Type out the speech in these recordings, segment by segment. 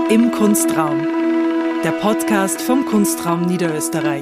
Im Kunstraum, der Podcast vom Kunstraum Niederösterreich.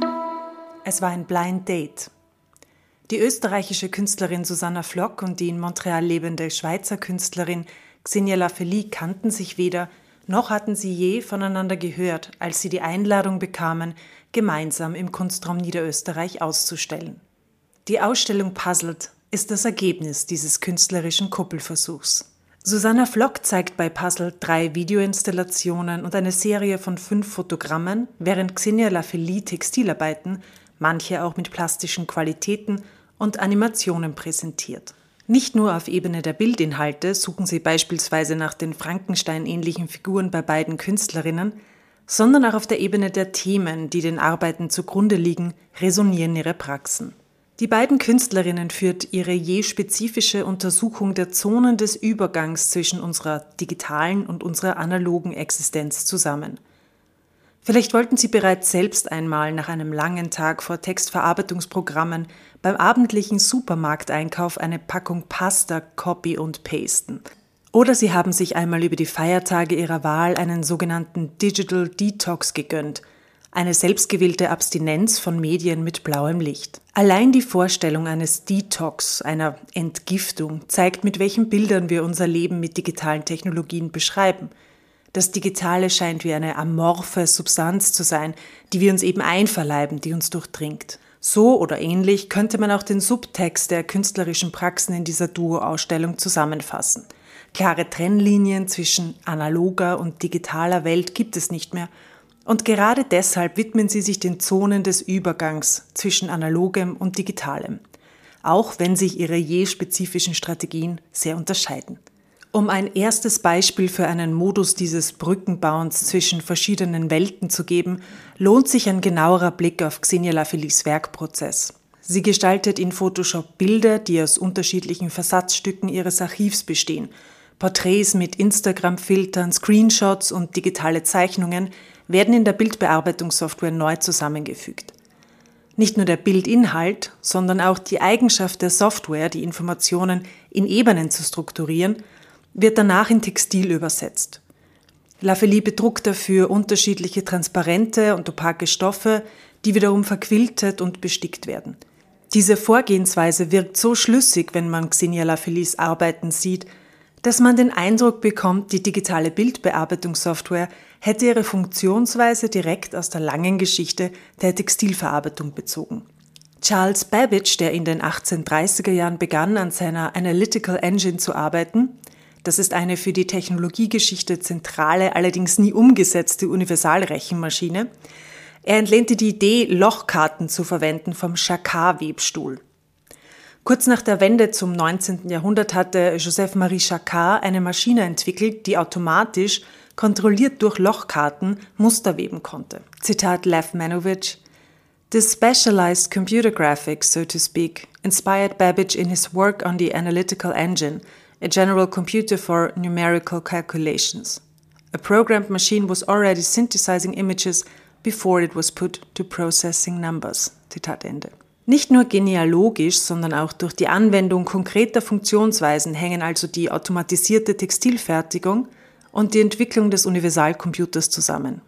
Es war ein Blind Date. Die österreichische Künstlerin Susanna Flock und die in Montreal lebende Schweizer Künstlerin Xenia Lafely kannten sich weder, noch hatten sie je voneinander gehört, als sie die Einladung bekamen, gemeinsam im Kunstraum Niederösterreich auszustellen. Die Ausstellung Puzzled ist das Ergebnis dieses künstlerischen Kuppelversuchs. Susanna Flock zeigt bei Puzzled 3 Videoinstallationen und eine Serie von 5 Fotogrammen, während Xenia Lafely Textilarbeiten, manche auch mit plastischen Qualitäten und Animationen präsentiert. Nicht nur auf Ebene der Bildinhalte suchen sie beispielsweise nach den Frankenstein-ähnlichen Figuren bei beiden Künstlerinnen, sondern auch auf der Ebene der Themen, die den Arbeiten zugrunde liegen, resonieren ihre Praxen. Die beiden Künstlerinnen führt ihre je spezifische Untersuchung der Zonen des Übergangs zwischen unserer digitalen und unserer analogen Existenz zusammen. Vielleicht wollten sie bereits selbst einmal nach einem langen Tag vor Textverarbeitungsprogrammen beim abendlichen Supermarkteinkauf eine Packung Pasta copy und pasten. Oder sie haben sich einmal über die Feiertage ihrer Wahl einen sogenannten Digital Detox gegönnt, eine selbstgewählte Abstinenz von Medien mit blauem Licht. Allein die Vorstellung eines Detox, einer Entgiftung, zeigt, mit welchen Bildern wir unser Leben mit digitalen Technologien beschreiben. Das Digitale scheint wie eine amorphe Substanz zu sein, die wir uns eben einverleiben, die uns durchdringt. So oder ähnlich könnte man auch den Subtext der künstlerischen Praxen in dieser Duo-Ausstellung zusammenfassen. Klare Trennlinien zwischen analoger und digitaler Welt gibt es nicht mehr. Und gerade deshalb widmen sie sich den Zonen des Übergangs zwischen Analogem und Digitalem, auch wenn sich ihre je spezifischen Strategien sehr unterscheiden. Um ein erstes Beispiel für einen Modus dieses Brückenbauens zwischen verschiedenen Welten zu geben, lohnt sich ein genauerer Blick auf Xenia Laflys Werkprozess. Sie gestaltet in Photoshop Bilder, die aus unterschiedlichen Versatzstücken ihres Archivs bestehen. Porträts mit Instagram-Filtern, Screenshots und digitale Zeichnungen werden in der Bildbearbeitungssoftware neu zusammengefügt. Nicht nur der Bildinhalt, sondern auch die Eigenschaft der Software, die Informationen in Ebenen zu strukturieren, wird danach in Textil übersetzt. Lafly bedruckt dafür unterschiedliche transparente und opake Stoffe, die wiederum verquiltet und bestickt werden. Diese Vorgehensweise wirkt so schlüssig, wenn man Xenia Laflys Arbeiten sieht, dass man den Eindruck bekommt, die digitale Bildbearbeitungssoftware hätte ihre Funktionsweise direkt aus der langen Geschichte der Textilverarbeitung bezogen. Charles Babbage, der in den 1830er Jahren begann, an seiner Analytical Engine zu arbeiten, das ist eine für die Technologiegeschichte zentrale, allerdings nie umgesetzte Universalrechenmaschine, er entlehnte die Idee, Lochkarten zu verwenden vom Jacquard-Webstuhl. Kurz nach der Wende zum 19. Jahrhundert hatte Joseph-Marie Jacquard eine Maschine entwickelt, die automatisch, kontrolliert durch Lochkarten, Muster weben konnte. Zitat Lev Manovich: "This specialized computer graphics, so to speak, inspired Babbage in his work on the Analytical Engine, a general computer for numerical calculations. A programmed machine was already synthesizing images before it was put to processing numbers." Zitat Ende. Nicht nur genealogisch, sondern auch durch die Anwendung konkreter Funktionsweisen hängen also die automatisierte Textilfertigung und die Entwicklung des Universalcomputers zusammen.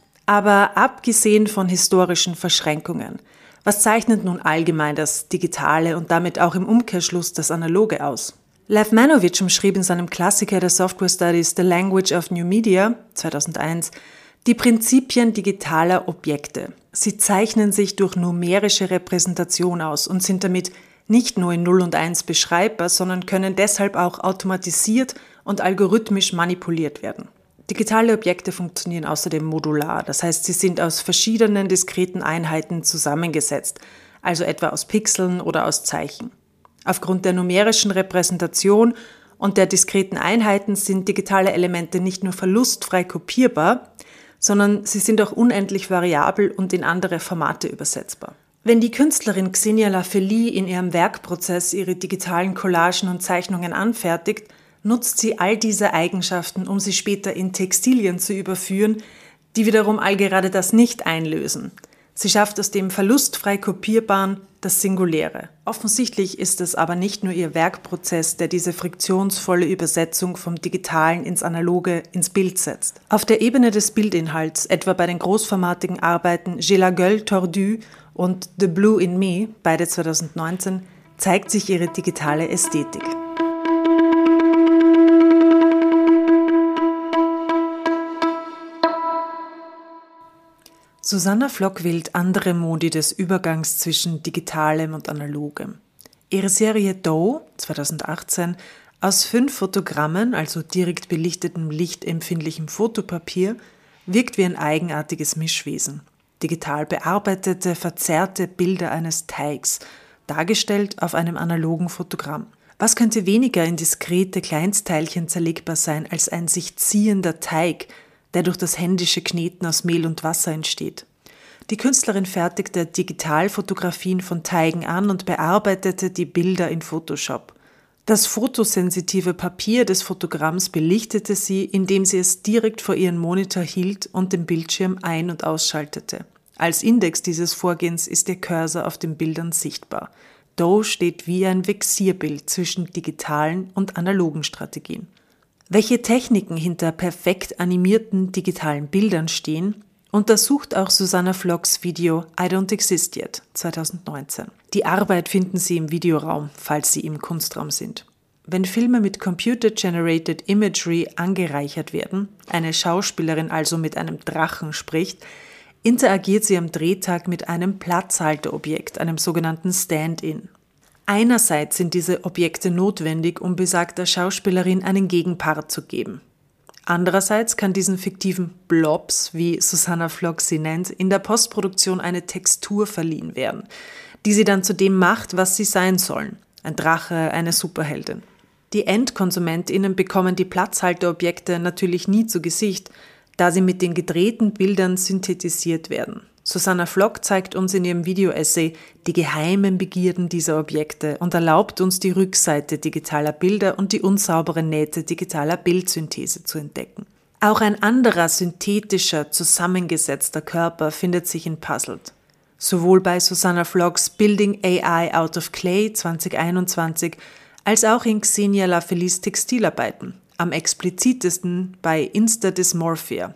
Aber abgesehen von historischen Verschränkungen, was zeichnet nun allgemein das Digitale und damit auch im Umkehrschluss das Analoge aus? Lev Manovich umschrieb in seinem Klassiker der Software Studies The Language of New Media 2001 die Prinzipien digitaler Objekte. Sie zeichnen sich durch numerische Repräsentation aus und sind damit nicht nur in 0 und 1 beschreibbar, sondern können deshalb auch automatisiert und algorithmisch manipuliert werden. Digitale Objekte funktionieren außerdem modular, das heißt, sie sind aus verschiedenen diskreten Einheiten zusammengesetzt, also etwa aus Pixeln oder aus Zeichen. Aufgrund der numerischen Repräsentation und der diskreten Einheiten sind digitale Elemente nicht nur verlustfrei kopierbar, sondern sie sind auch unendlich variabel und in andere Formate übersetzbar. Wenn die Künstlerin Xenia Lafly in ihrem Werkprozess ihre digitalen Collagen und Zeichnungen anfertigt, nutzt sie all diese Eigenschaften, um sie später in Textilien zu überführen, die wiederum all gerade das nicht einlösen. Sie schafft aus dem verlustfrei kopierbaren das Singuläre. Offensichtlich ist es aber nicht nur ihr Werkprozess, der diese friktionsvolle Übersetzung vom Digitalen ins Analoge ins Bild setzt. Auf der Ebene des Bildinhalts, etwa bei den großformatigen Arbeiten J'ai la gueule tordue und The Blue in Me, beide 2019, zeigt sich ihre digitale Ästhetik. Susanna Flock wählt andere Modi des Übergangs zwischen Digitalem und Analogem. Ihre Serie Doe, 2018, aus 5 Fotogrammen, also direkt belichtetem, lichtempfindlichem Fotopapier, wirkt wie ein eigenartiges Mischwesen. Digital bearbeitete, verzerrte Bilder eines Teigs, dargestellt auf einem analogen Fotogramm. Was könnte weniger in diskrete Kleinstteilchen zerlegbar sein als ein sich ziehender Teig, der durch das händische Kneten aus Mehl und Wasser entsteht. Die Künstlerin fertigte Digitalfotografien von Teigen an und bearbeitete die Bilder in Photoshop. Das fotosensitive Papier des Fotogramms belichtete sie, indem sie es direkt vor ihren Monitor hielt und den Bildschirm ein- und ausschaltete. Als Index dieses Vorgehens ist ihr Cursor auf den Bildern sichtbar. Doe steht wie ein Vexierbild zwischen digitalen und analogen Strategien. Welche Techniken hinter perfekt animierten digitalen Bildern stehen, untersucht auch Susanna Flocks Video I Don't Exist Yet, 2019. Die Arbeit finden Sie im Videoraum, falls Sie im Kunstraum sind. Wenn Filme mit Computer-Generated Imagery angereichert werden, eine Schauspielerin also mit einem Drachen spricht, interagiert sie am Drehtag mit einem Platzhalterobjekt, einem sogenannten Stand-in. Einerseits sind diese Objekte notwendig, um besagter Schauspielerin einen Gegenpart zu geben. Andererseits kann diesen fiktiven Blobs, wie Susanna Flock sie nennt, in der Postproduktion eine Textur verliehen werden, die sie dann zu dem macht, was sie sein sollen. Ein Drache, eine Superheldin. Die EndkonsumentInnen bekommen die Platzhalterobjekte natürlich nie zu Gesicht, da sie mit den gedrehten Bildern synthetisiert werden. Susanna Flock zeigt uns in ihrem Video-Essay die geheimen Begierden dieser Objekte und erlaubt uns, die Rückseite digitaler Bilder und die unsauberen Nähte digitaler Bildsynthese zu entdecken. Auch ein anderer synthetischer, zusammengesetzter Körper findet sich in Puzzled. Sowohl bei Susanna Flocks Building AI Out of Clay 2021 als auch in Xenia LaFelice Textilarbeiten, am explizitesten bei Instadysmorphia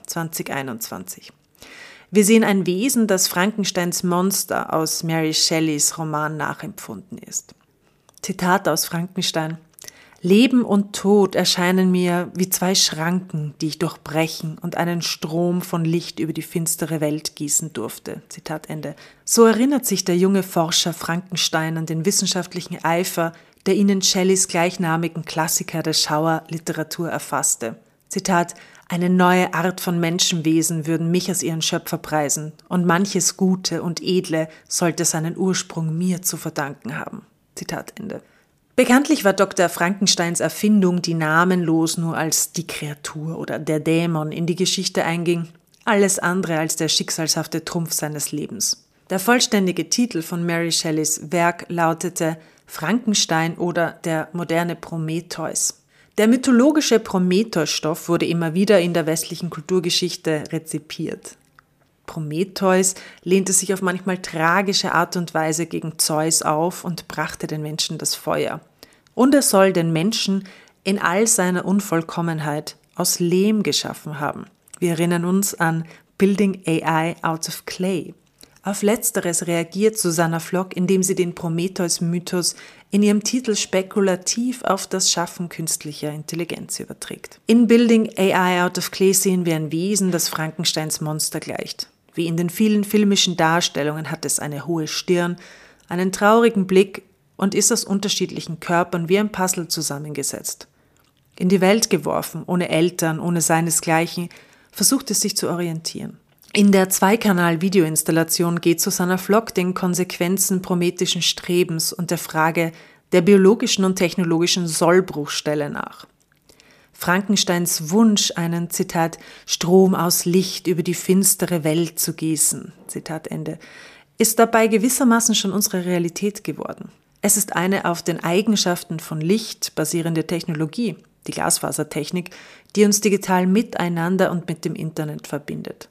2021. Wir sehen ein Wesen, das Frankensteins Monster aus Mary Shelleys Roman nachempfunden ist. Zitat aus Frankenstein: Leben und Tod erscheinen mir wie 2 Schranken, die ich durchbrechen und einen Strom von Licht über die finstere Welt gießen durfte. Zitat Ende. So erinnert sich der junge Forscher Frankenstein an den wissenschaftlichen Eifer, der ihn in Shelleys gleichnamigen Klassiker der Schauerliteratur erfasste. Zitat: Eine neue Art von Menschenwesen würden mich als ihren Schöpfer preisen, und manches Gute und Edle sollte seinen Ursprung mir zu verdanken haben. Zitat Ende. Bekanntlich war Dr. Frankensteins Erfindung, die namenlos nur als die Kreatur oder der Dämon in die Geschichte einging, alles andere als der schicksalshafte Trumpf seines Lebens. Der vollständige Titel von Mary Shelleys Werk lautete Frankenstein oder der moderne Prometheus. Der mythologische Prometheus-Stoff wurde immer wieder in der westlichen Kulturgeschichte rezipiert. Prometheus lehnte sich auf manchmal tragische Art und Weise gegen Zeus auf und brachte den Menschen das Feuer. Und er soll den Menschen in all seiner Unvollkommenheit aus Lehm geschaffen haben. Wir erinnern uns an Building AI Out of Clay. Auf Letzteres reagiert Susanna Flock, indem sie den Prometheus-Mythos in ihrem Titel spekulativ auf das Schaffen künstlicher Intelligenz überträgt. In Building AI Out of Clay sehen wir ein Wesen, das Frankensteins Monster gleicht. Wie in den vielen filmischen Darstellungen hat es eine hohe Stirn, einen traurigen Blick und ist aus unterschiedlichen Körpern wie ein Puzzle zusammengesetzt. In die Welt geworfen, ohne Eltern, ohne seinesgleichen, versucht es sich zu orientieren. In der Zweikanal-Videoinstallation geht Susanna Flock den Konsequenzen promethischen Strebens und der Frage der biologischen und technologischen Sollbruchstelle nach. Frankensteins Wunsch, einen, Zitat, Strom aus Licht über die finstere Welt zu gießen, Zitat Ende, ist dabei gewissermaßen schon unsere Realität geworden. Es ist eine auf den Eigenschaften von Licht basierende Technologie, die Glasfasertechnik, die uns digital miteinander und mit dem Internet verbindet.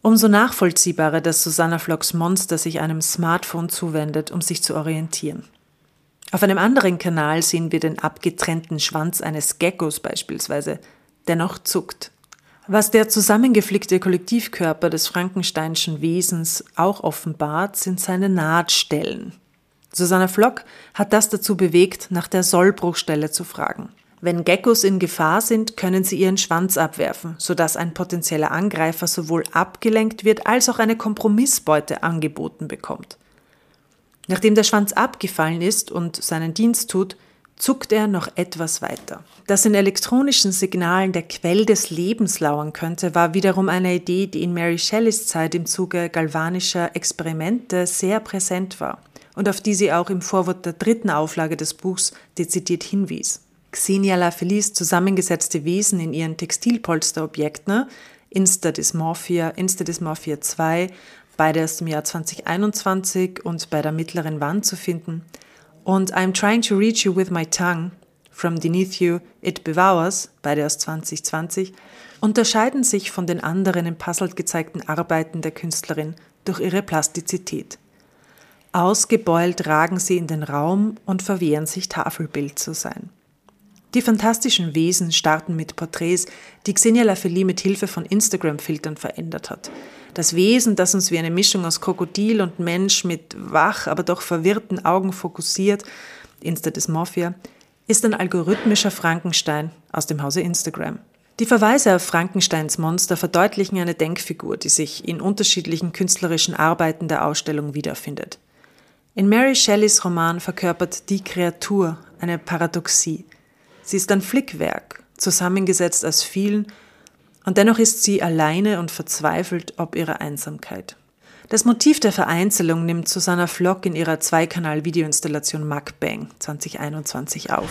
Umso nachvollziehbarer, dass Susanna Vlogs Monster sich einem Smartphone zuwendet, um sich zu orientieren. Auf einem anderen Kanal sehen wir den abgetrennten Schwanz eines Geckos beispielsweise, der noch zuckt. Was der zusammengeflickte Kollektivkörper des Frankensteinschen Wesens auch offenbart, sind seine Nahtstellen. Susanna Vlog hat das dazu bewegt, nach der Sollbruchstelle zu fragen. Wenn Geckos in Gefahr sind, können sie ihren Schwanz abwerfen, sodass ein potenzieller Angreifer sowohl abgelenkt wird, als auch eine Kompromissbeute angeboten bekommt. Nachdem der Schwanz abgefallen ist und seinen Dienst tut, zuckt er noch etwas weiter. Dass in elektronischen Signalen der Quell des Lebens lauern könnte, war wiederum eine Idee, die in Mary Shelleys Zeit im Zuge galvanischer Experimente sehr präsent war und auf die sie auch im Vorwort der 3. Auflage des Buchs dezidiert hinwies. Xenia LaFelice zusammengesetzte Wesen in ihren Textilpolsterobjekten, Instadysmorphia 2, beide aus dem Jahr 2021 und bei der mittleren Wand zu finden, und I'm Trying to Reach You with My Tongue, From Beneath You, It Devours, beide aus 2020, unterscheiden sich von den anderen im Puzzle gezeigten Arbeiten der Künstlerin durch ihre Plastizität. Ausgebeult ragen sie in den Raum und verwehren sich, Tafelbild zu sein. Die fantastischen Wesen starten mit Porträts, die Xenia LaFelice mit Hilfe von Instagram-Filtern verändert hat. Das Wesen, das uns wie eine Mischung aus Krokodil und Mensch mit wach, aber doch verwirrten Augen fokussiert, Instadysmorphia, ist ein algorithmischer Frankenstein aus dem Hause Instagram. Die Verweise auf Frankensteins Monster verdeutlichen eine Denkfigur, die sich in unterschiedlichen künstlerischen Arbeiten der Ausstellung wiederfindet. In Mary Shelleys Roman verkörpert die Kreatur eine Paradoxie. Sie ist ein Flickwerk, zusammengesetzt aus vielen, und dennoch ist sie alleine und verzweifelt ob ihrer Einsamkeit. Das Motiv der Vereinzelung nimmt Susanna Vlog in ihrer Zweikanal-Videoinstallation Mukbang 2021 auf.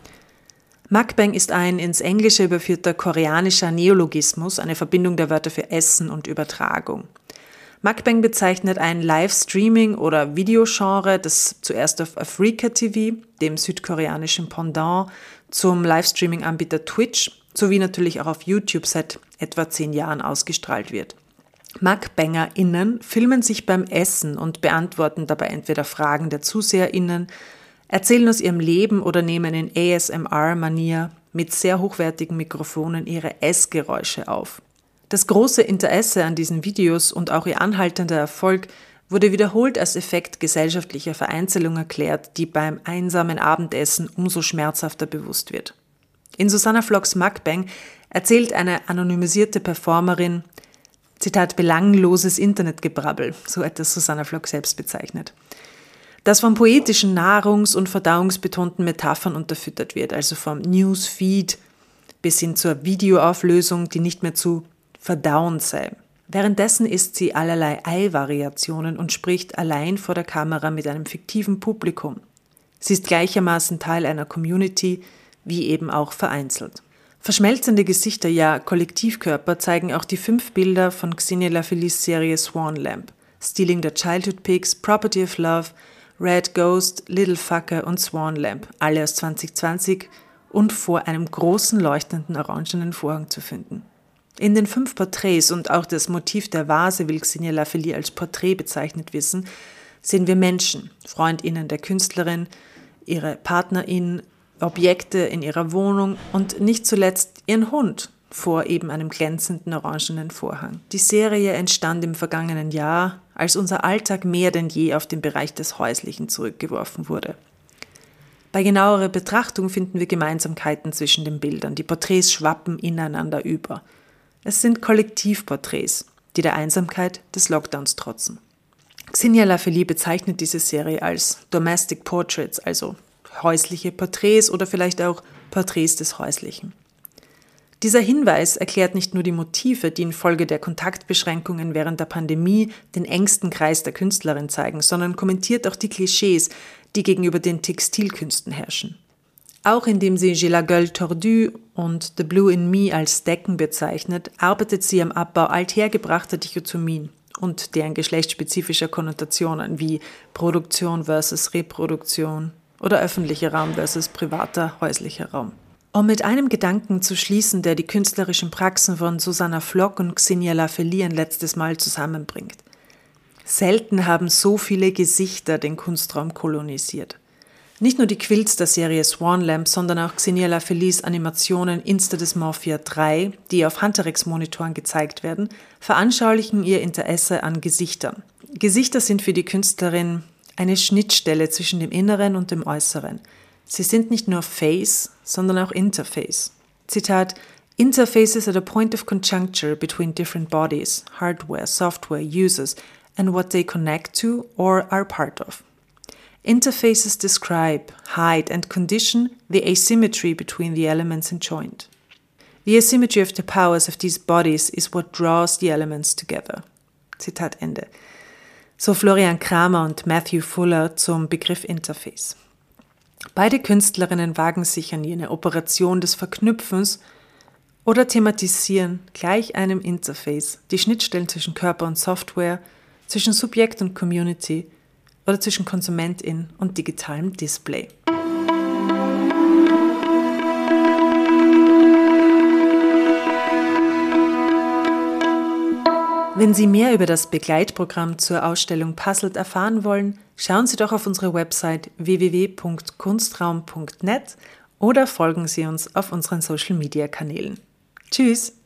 Mukbang ist ein ins Englische überführter koreanischer Neologismus, eine Verbindung der Wörter für Essen und Übertragung. Mukbang bezeichnet ein Livestreaming- oder Videogenre, das zuerst auf Africa TV, dem südkoreanischen Pendant zum Livestreaming-Anbieter Twitch, sowie natürlich auch auf YouTube seit etwa 10 Jahren ausgestrahlt wird. MukbangerInnen filmen sich beim Essen und beantworten dabei entweder Fragen der ZuseherInnen, erzählen aus ihrem Leben oder nehmen in ASMR-Manier mit sehr hochwertigen Mikrofonen ihre Essgeräusche auf. Das große Interesse an diesen Videos und auch ihr anhaltender Erfolg wurde wiederholt als Effekt gesellschaftlicher Vereinzelung erklärt, die beim einsamen Abendessen umso schmerzhafter bewusst wird. In Susanna Vlogs Mukbang erzählt eine anonymisierte Performerin, Zitat, belangloses Internetgebrabbel, so hat das Susanna Vlog selbst bezeichnet, das von poetischen nahrungs- und verdauungsbetonten Metaphern unterfüttert wird, also vom Newsfeed bis hin zur Videoauflösung, die nicht mehr zu verdauen sei. Währenddessen isst sie allerlei Ei-Variationen und spricht allein vor der Kamera mit einem fiktiven Publikum. Sie ist gleichermaßen Teil einer Community, wie eben auch vereinzelt. Verschmelzende Gesichter, ja Kollektivkörper, zeigen auch die 5 Bilder von Xenia LaFelice's Serie Swan Lamp, Stealing the Childhood Pigs, Property of Love, Red Ghost, Little Fucker und Swan Lamp, alle aus 2020 und vor einem großen leuchtenden orangenen Vorhang zu finden. In den 5 Porträts und auch das Motiv der Vase will Xenia LaFelice als Porträt bezeichnet wissen, sehen wir Menschen, FreundInnen der Künstlerin, ihre PartnerInnen, Objekte in ihrer Wohnung und nicht zuletzt ihren Hund vor eben einem glänzenden orangenen Vorhang. Die Serie entstand im vergangenen Jahr, als unser Alltag mehr denn je auf den Bereich des Häuslichen zurückgeworfen wurde. Bei genauerer Betrachtung finden wir Gemeinsamkeiten zwischen den Bildern. Die Porträts schwappen ineinander über. Es sind Kollektivporträts, die der Einsamkeit des Lockdowns trotzen. Xenia LaFelice bezeichnet diese Serie als Domestic Portraits, also häusliche Porträts oder vielleicht auch Porträts des Häuslichen. Dieser Hinweis erklärt nicht nur die Motive, die infolge der Kontaktbeschränkungen während der Pandemie den engsten Kreis der Künstlerin zeigen, sondern kommentiert auch die Klischees, die gegenüber den Textilkünsten herrschen. Auch indem sie J'ai la gueule tordue und The Blue in Me als Decken bezeichnet, arbeitet sie am Abbau althergebrachter Dichotomien und deren geschlechtsspezifischer Konnotationen wie Produktion versus Reproduktion oder öffentlicher Raum versus privater, häuslicher Raum. Um mit einem Gedanken zu schließen, der die künstlerischen Praxen von Susanna Flock und Xenia Lafayette ein letztes Mal zusammenbringt. Selten haben so viele Gesichter den Kunstraum kolonisiert. Nicht nur die Quilts der Serie Swanlamp, sondern auch Xenia Lafayettes Animationen Insta Dysmorphia 3, die auf Hunterex-Monitoren gezeigt werden, veranschaulichen ihr Interesse an Gesichtern. Gesichter sind für die Künstlerin eine Schnittstelle zwischen dem Inneren und dem Äußeren. Sie sind nicht nur Face, sondern auch Interface. Zitat: Interfaces at a point of conjuncture between different bodies, hardware, software, users and what they connect to or are part of. Interfaces describe, hide and condition the asymmetry between the elements enjoined. The asymmetry of the powers of these bodies is what draws the elements together. Zitat Ende. So Florian Kramer und Matthew Fuller zum Begriff Interface. Beide Künstlerinnen wagen sich an jene Operation des Verknüpfens oder thematisieren gleich einem Interface die Schnittstellen zwischen Körper und Software, zwischen Subjekt und Community oder zwischen Konsumentin und digitalem Display. Wenn Sie mehr über das Begleitprogramm zur Ausstellung Puzzled erfahren wollen, schauen Sie doch auf unsere Website www.kunstraum.net oder folgen Sie uns auf unseren Social-Media-Kanälen. Tschüss!